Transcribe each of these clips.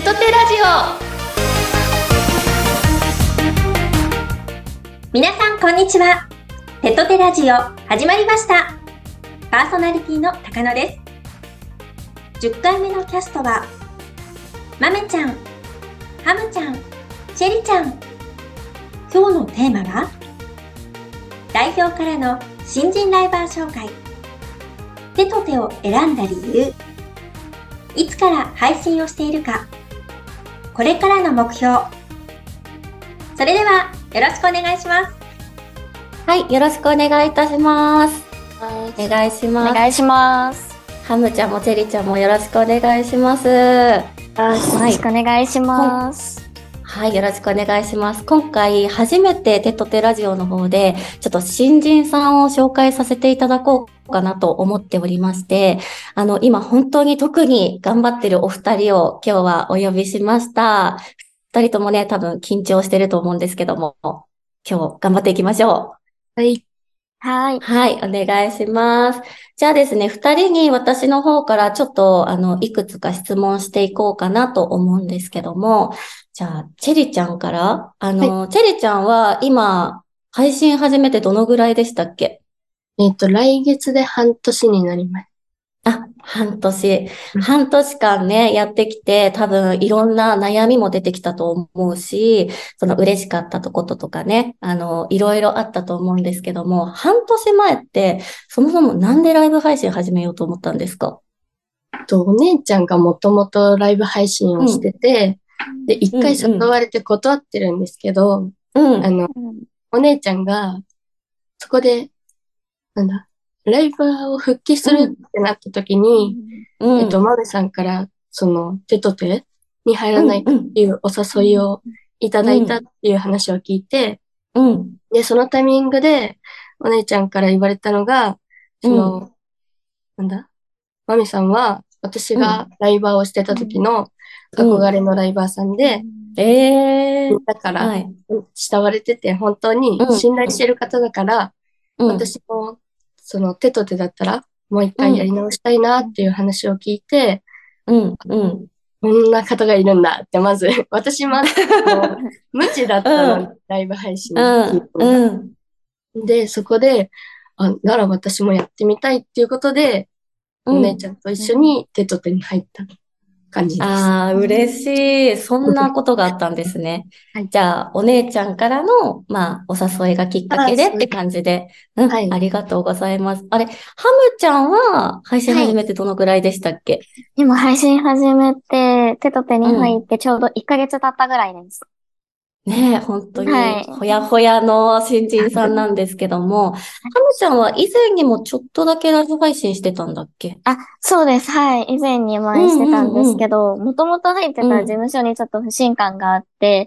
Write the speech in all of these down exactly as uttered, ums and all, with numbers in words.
トテラジオ。皆さんこんにちは。テトテラジオ始まりました。パーソナリティの高野です。じゅっかいめのキャストはまめちゃん、ハムちゃん、チェリちゃん。今日のテーマは代表からの新人ライバー紹介、手と手を選んだ理由、いつから配信をしているか、これからの目標。それではよろしくお願いします。 はい、よろしくお願いいたします。お願いします。 お願いします。 ハムちゃんもチェリちゃんもよろしくお願いします。 よろしくお願いします。 はい、よろしくお願いします。今回初めてテトテラジオの方でちょっと新人さんを紹介させていただこうかなと思っておりまして、あの今本当に特に頑張ってるお二人を今日はお呼びしました。二人ともね、多分緊張してると思うんですけども、今日頑張っていきましょう。 はい。はい。 はい、お願いします。じゃあですね、二人に私の方からちょっと、あの、いくつか質問していこうかなと思うんですけども、じゃあ、チェリちゃんから、あの、はい、チェリちゃんは今、配信始めてどのぐらいでしたっけ？ えっと、来月で半年になります。 あ、半年。半年間ね、やってきて、多分いろんな悩みも出てきたと思うし、その嬉しかったとこととかね、あの、いろいろあったと思うんですけども、半年前って、そもそもなんでライブ配信始めようと思ったんですか？ と、お姉ちゃんがもともとライブ配信をしてて、うん、で、一回誘われて断ってるんですけど、うん、あの、お姉ちゃんが、そこで、なんだ、ライバーを復帰するってなった時に、うん、えっと、マメさんから、その、手と手に入らないかっていうお誘いをいただいたっていう話を聞いて、うん、で、そのタイミングで、お姉ちゃんから言われたのが、その、うん、なんだ、マメさんは、私がライバーをしてた時の憧れのライバーさんで、 うん、えー、 だから、慕われてて、本当に信頼してる方だから、うん、私も、その手と手だったら、もう一回やり直したいなっていう話を聞いて、 うん、うん。 こんな方がいるんだって、まず、私も、無知だったの、うん、ライブ配信聞いたのが、うんうん。で、そこで、あ、なら私もやってみたいっていうことで、うん、お姉ちゃんと一緒に手と手に入った感じです。 ああ、嬉しい。そんなことがあったんですね。はい、じゃあ、お姉ちゃんからの、まあ、お誘いがきっかけでって感じで。うん、はい、ありがとうございます。あれ、ハムちゃんは配信始めてどのくらいでしたっけ？はい、 今配信始めて、手と手に入ってちょうどいっかげつ経ったぐらいです。 うん、ねえ、本当に、ほやほやの新人さんなんですけども、ハムちゃんは以前にもちょっとだけライブ配信してたんだっけ？ あ、そうです。はい。以前に前してたんですけど、もともと入ってた事務所にちょっと不信感があって、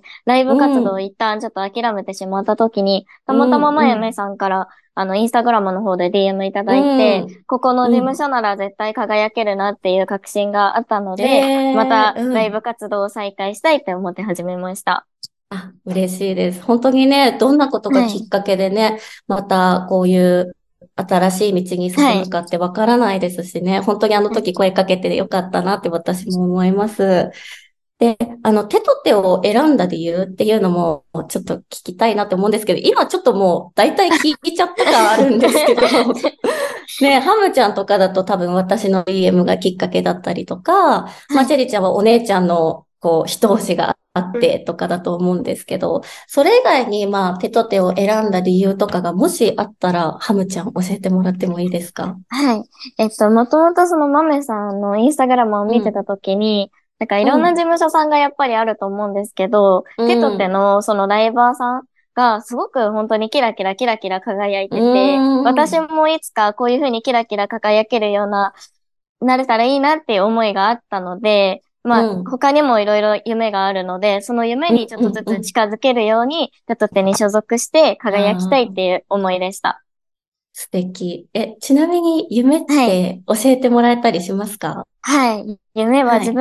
うん、ライブ活動を一旦ちょっと諦めてしまった時に、たまたままゆめさんから、あの、インスタグラムの方で ディーエム いただいて、うん、ここの事務所なら絶対輝けるなっていう確信があったので、えー、またライブ活動を再開したいって思って始めました。 あ、嬉しいです。本当にね、どんなことがきっかけでね、はい、またこういう新しい道に進むかってわからないですしね、はい、本当にあの時声かけてよかったなって私も思います。で、あの、手と手を選んだ理由っていうのもちょっと聞きたいなって思うんですけど、今ちょっともう大体聞いちゃった感あるんですけど、ね、ハムちゃんとかだと多分私の ディーエム がきっかけだったりとか、はい、まあ、チェリちゃんはお姉ちゃんのこう、一押しがあってとかだと思うんですけど、それ以外にまあ、手と手を選んだ理由とかがもしあったら、ハムちゃん教えてもらってもいいですか？ はい。えっと、もともとそのマメさんのインスタグラムを見てた時に、うんなんかいろんな事務所さんがやっぱりあると思うんですけど、うん、手と手のそのライバーさんがすごく本当にキラキラキラキラ輝いてて、私もいつかこういう風にキラキラ輝けるような、なれたらいいなっていう思いがあったので、まあ、うん、他にもいろいろ夢があるので、その夢にちょっとずつ近づけるように、手と手に所属して輝きたいっていう思いでした。 素敵。え、ちなみに夢って教えてもらえたりしますか？ はい。はい、夢は自分の、はい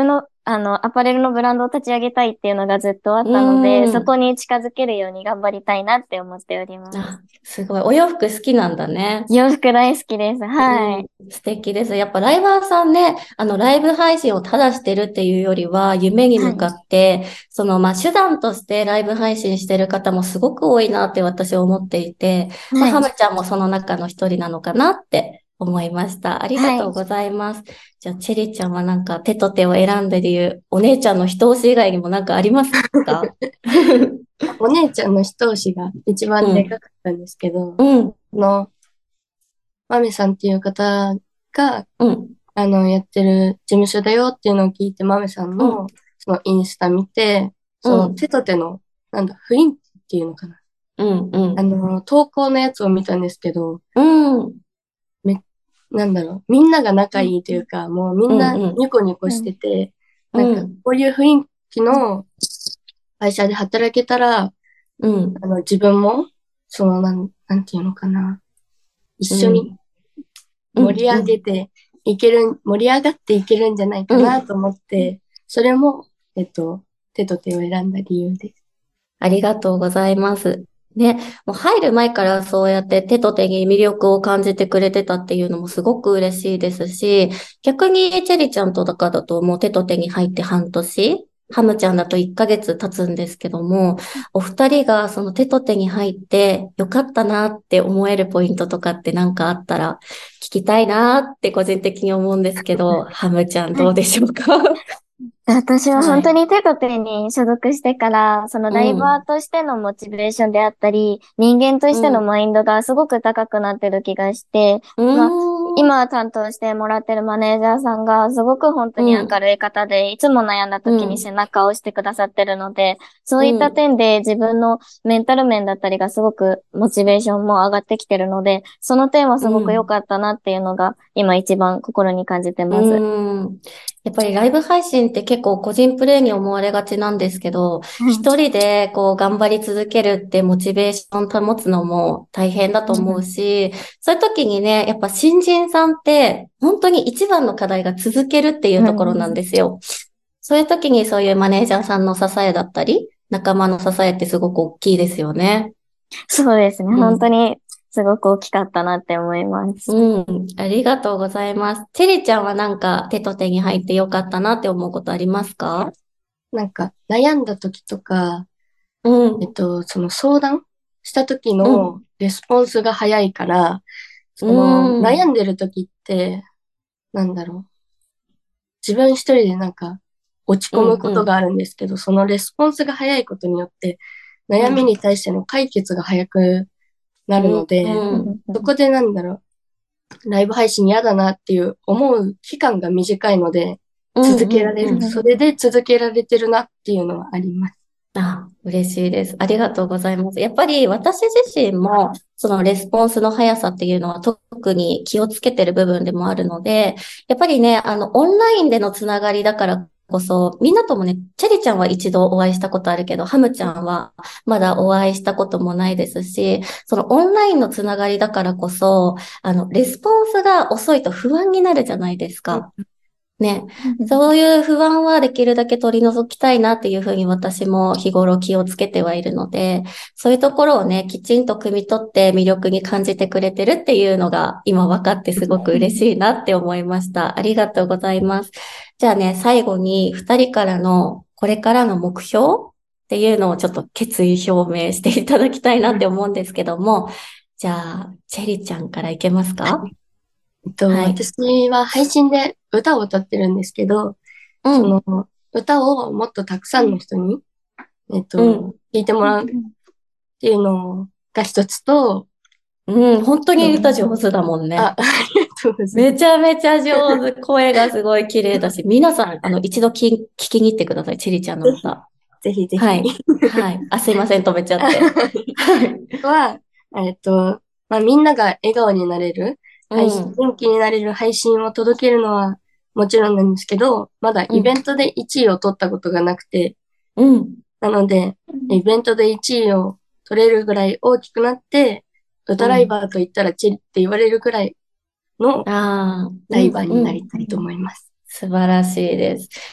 あの、アパレルのブランドを立ち上げたいっていうのがずっとあったので、そこに近づけるように頑張りたいなって思っております。 あ、すごい。お洋服好きなんだね。 洋服大好きです。はい。 うん、素敵です。やっぱライバーさんね、あの、ライブ配信をただしてるっていうよりは、夢に向かって、はい、その、まあ、手段としてライブ配信してる方もすごく多いなって私は思っていて、はい、まあ、ハムちゃんもその中の一人なのかなって思いました。ありがとうございます。はい、じゃあ、チェリちゃんはなんか手と手を選んで理由、お姉ちゃんの一押し以外にもなんかありますか？ お姉ちゃんの一押しが一番でかかったんですけど、 うん。 の、マメさんっていう方が、うん、あの、やってる事務所だよっていうのを聞いて、マメさんの、そのインスタ見て、その手と手の、なんだ、雰囲気っていうのかな。 うんうん。 あの、投稿のやつを見たんですけど、 うん。 め、なんだろう、みんなが仲いいというか、もうみんなニコニコしてて、うんうん、なんか、こういう雰囲気の会社で働けたら、うん、あの、自分も、その、なん、なんていうのかな。一緒に盛り上げていける、うん、盛り上がっていけるんじゃないかなと思って、うん、それも、えっと、手と手を選んだ理由です。 ありがとうございます。ね、もう入る前からそうやって手と手に魅力を感じてくれてたっていうのもすごく嬉しいですし、逆にチェリちゃんとだかだともう手と手に入って半年、ハムちゃんだといっかげつ経つんですけども、お二人がその手と手に入ってよかったなって思えるポイントとかって何かあったら聞きたいなって個人的に思うんですけど、ハムちゃんどうでしょうか？ 私は本当に手と手に所属してから、はい、そのライバーとしてのモチベーションであったり、うん、人間としてのマインドがすごく高くなってる気がして、うん、まあ、今担当してもらってるマネージャーさんがすごく本当に明るい方で、うん、いつも悩んだ時に背中を押してくださってるので、そういった点で自分のメンタル面だったりがすごくモチベーションも上がってきてるので、その点はすごく良かったなっていうのが今一番心に感じてます。 うんやっぱりライブ配信って結構個人プレイに思われがちなんですけど、一、うん、人でこう頑張り続けるってモチベーション保つのも大変だと思うし、うん、そういう時にね、やっぱ新人さんって本当に一番の課題が続けるっていうところなんですよ。うん、そういう時にそういうマネージャーさんの支えだったり、仲間の支えってすごく大きいですよね。 そうですね、本当に。すごく大きかったなって思います。 うん。ありがとうございます。チェリちゃんはなんか手と手に入ってよかったなって思うことありますか？ なんか悩んだ時とか、 うん。 えっと、その相談した時のレスポンスが早いから、うん、その悩んでる時って、なんだろう。自分一人でなんか落ち込むことがあるんですけど、うんうん、そのレスポンスが早いことによって、悩みに対しての解決が早くなるので、うんうん、そこでなんだろう、ライブ配信嫌だなっていう思う期間が短いので、続けられる、うんうんうん。それで続けられてるなっていうのはあります。 あ、嬉しいです。ありがとうございます。やっぱり私自身も、そのレスポンスの速さっていうのは特に気をつけてる部分でもあるので、やっぱりね、あの、オンラインでのつながりだからこそ、みんなともね、チェリちゃんは一度お会いしたことあるけど、ハムちゃんはまだお会いしたこともないですし、そのオンラインのつながりだからこそ、あの、レスポンスが遅いと不安になるじゃないですか。ね。そういう不安はできるだけ取り除きたいなっていうふうに私も日頃気をつけてはいるので、そういうところをね、きちんと汲み取って魅力に感じてくれてるっていうのが今分かってすごく嬉しいなって思いました。ありがとうございます。じゃあね、最後に二人からのこれからの目標っていうのをちょっと決意表明していただきたいなって思うんですけども、じゃあ、チェリちゃんからいけますか？ えっと、はい、私は配信で歌を歌ってるんですけど、うん、その歌をもっとたくさんの人に、えっと、うん、聴いてもらうっていうのが一つと、 うん、本当に歌上手だもんね。 あ、ありがとうございます。 めちゃめちゃ上手。声がすごい綺麗だし、皆さん、あの、一度聞聞きに行ってください。チェリちゃんの歌。 ぜひぜひ。 はい。はい。あ、すいません、止めちゃって。 は、えっと、まあ、みんなが笑顔になれる、配信、元気になれる配信を届けるのはもちろんなんですけど、まだイベントでいちいを取ったことがなくて、うん。なので、イベントでいちいを取れるぐらい大きくなって、歌ライバーと言ったらチェリって言われるくらいのライバーになりたいと思います。 素晴らしいです。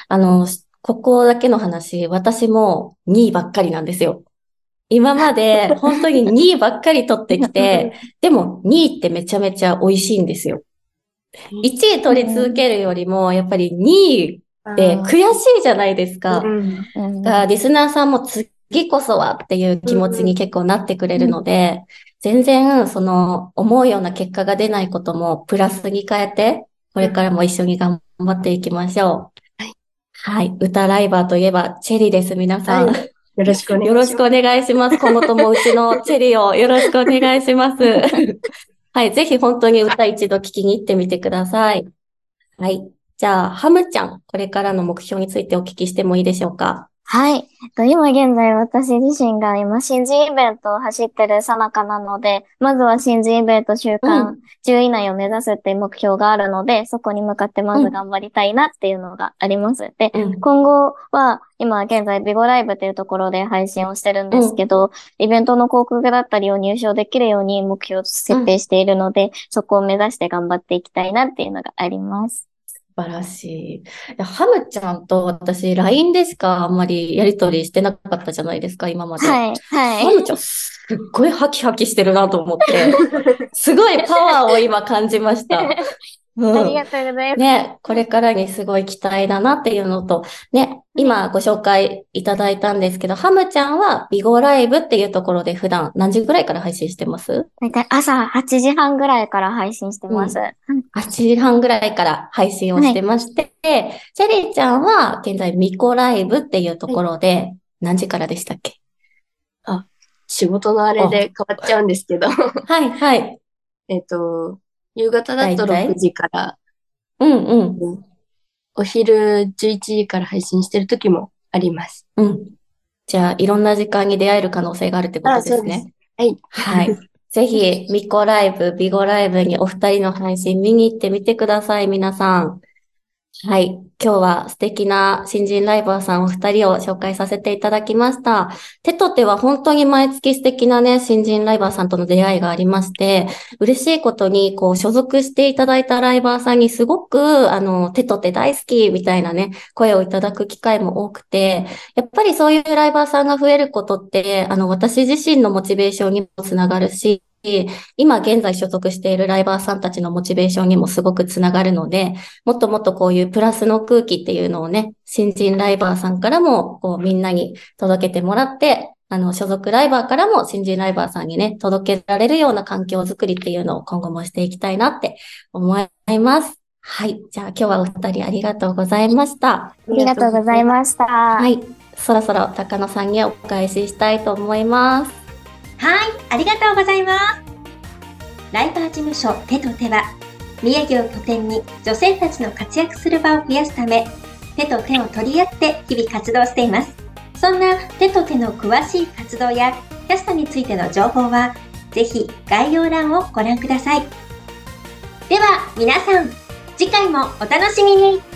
あの、ここだけの話、私もにいばっかりなんですよ。今まで本当ににいばっかり取ってきて、でもにいってめちゃめちゃ美味しいんですよ。いちい取り続けるよりも、やっぱりにいって悔しいじゃないですか。だからリスナーさんも次こそはっていう気持ちに結構なってくれるので、全然その思うような結果が出ないこともプラスに変えて、これからも一緒に頑張っていきましょう。はい。はい。歌ライバーといえばチェリです、皆さん。はい、 よろしくお願いします。 よろしくお願いします。今後ともうちのチェリをよろしくお願いします。はい。ぜひ本当に歌一度聞きに行ってみてください。はい。じゃあ、ハムちゃん、これからの目標についてお聞きしてもいいでしょうか？ はい。今現在私自身が今新人イベントを走ってる最中なので、まずは新人イベント週間じゅうい以内を目指すっていう目標があるので、そこに向かってまず頑張りたいなっていうのがあります。で、うん、今後は今現在ビゴライブっていうところで配信をしてるんですけど、うん、イベントの広告だったりを入賞できるように目標を設定しているので、うん、そこを目指して頑張っていきたいなっていうのがあります。 素晴らしい。いや、ハムちゃんと私、ライン でしかあんまりやりとりしてなかったじゃないですか、今まで。 はい、はい。 ハムちゃん、すっごいハキハキしてるなと思って、すごいパワーを今感じました。 うん、ありがとうございます。 ね、これからにすごい期待だなっていうのと、ね、今ご紹介いただいたんですけど、ハムちゃんはビゴライブっていうところで普段何時ぐらいから配信してます？ だいたい朝はちじはんぐらいから配信してます。うん、 はちじはんぐらいから配信をしてまして、はい、チェリーちゃんは現在ミコライブっていうところで何時からでしたっけ？ あ、仕事のあれで変わっちゃうんですけど。 はい、はい。 えっと、夕方だとろくじから、 うんうん。 お昼じゅういちじから配信してる時もあります。 うん。じゃあ、いろんな時間に出会える可能性があるってことですね。 そうです。はい。 はい。ぜひ、ミコライブ、ビゴライブにお二人の配信見に行ってみてください、皆さん。はい。今日は素敵な新人ライバーさんお二人を紹介させていただきました。手と手は本当に毎月素敵なね、新人ライバーさんとの出会いがありまして、嬉しいことに、こう、所属していただいたライバーさんにすごく、あの、手と手大好きみたいなね、声をいただく機会も多くて、やっぱりそういうライバーさんが増えることって、あの、私自身のモチベーションにもつながるし、今現在所属しているライバーさんたちのモチベーションにもすごくつながるので、もっともっとこういうプラスの空気っていうのをね、新人ライバーさんからもこうみんなに届けてもらって、あの、所属ライバーからも新人ライバーさんにね、届けられるような環境づくりっていうのを今後もしていきたいなって思います。はい。じゃあ今日はお二人ありがとうございました。 ありがとうございました。 はい。そろそろ高野さんにお返ししたいと思います。 はい、ありがとうございます。ライバー事務所手と手は、三重県を拠点に女性たちの活躍する場を増やすため、手と手を取り合って日々活動しています。そんな手と手の詳しい活動やキャストについての情報は、ぜひ概要欄をご覧ください。では皆さん、次回もお楽しみに。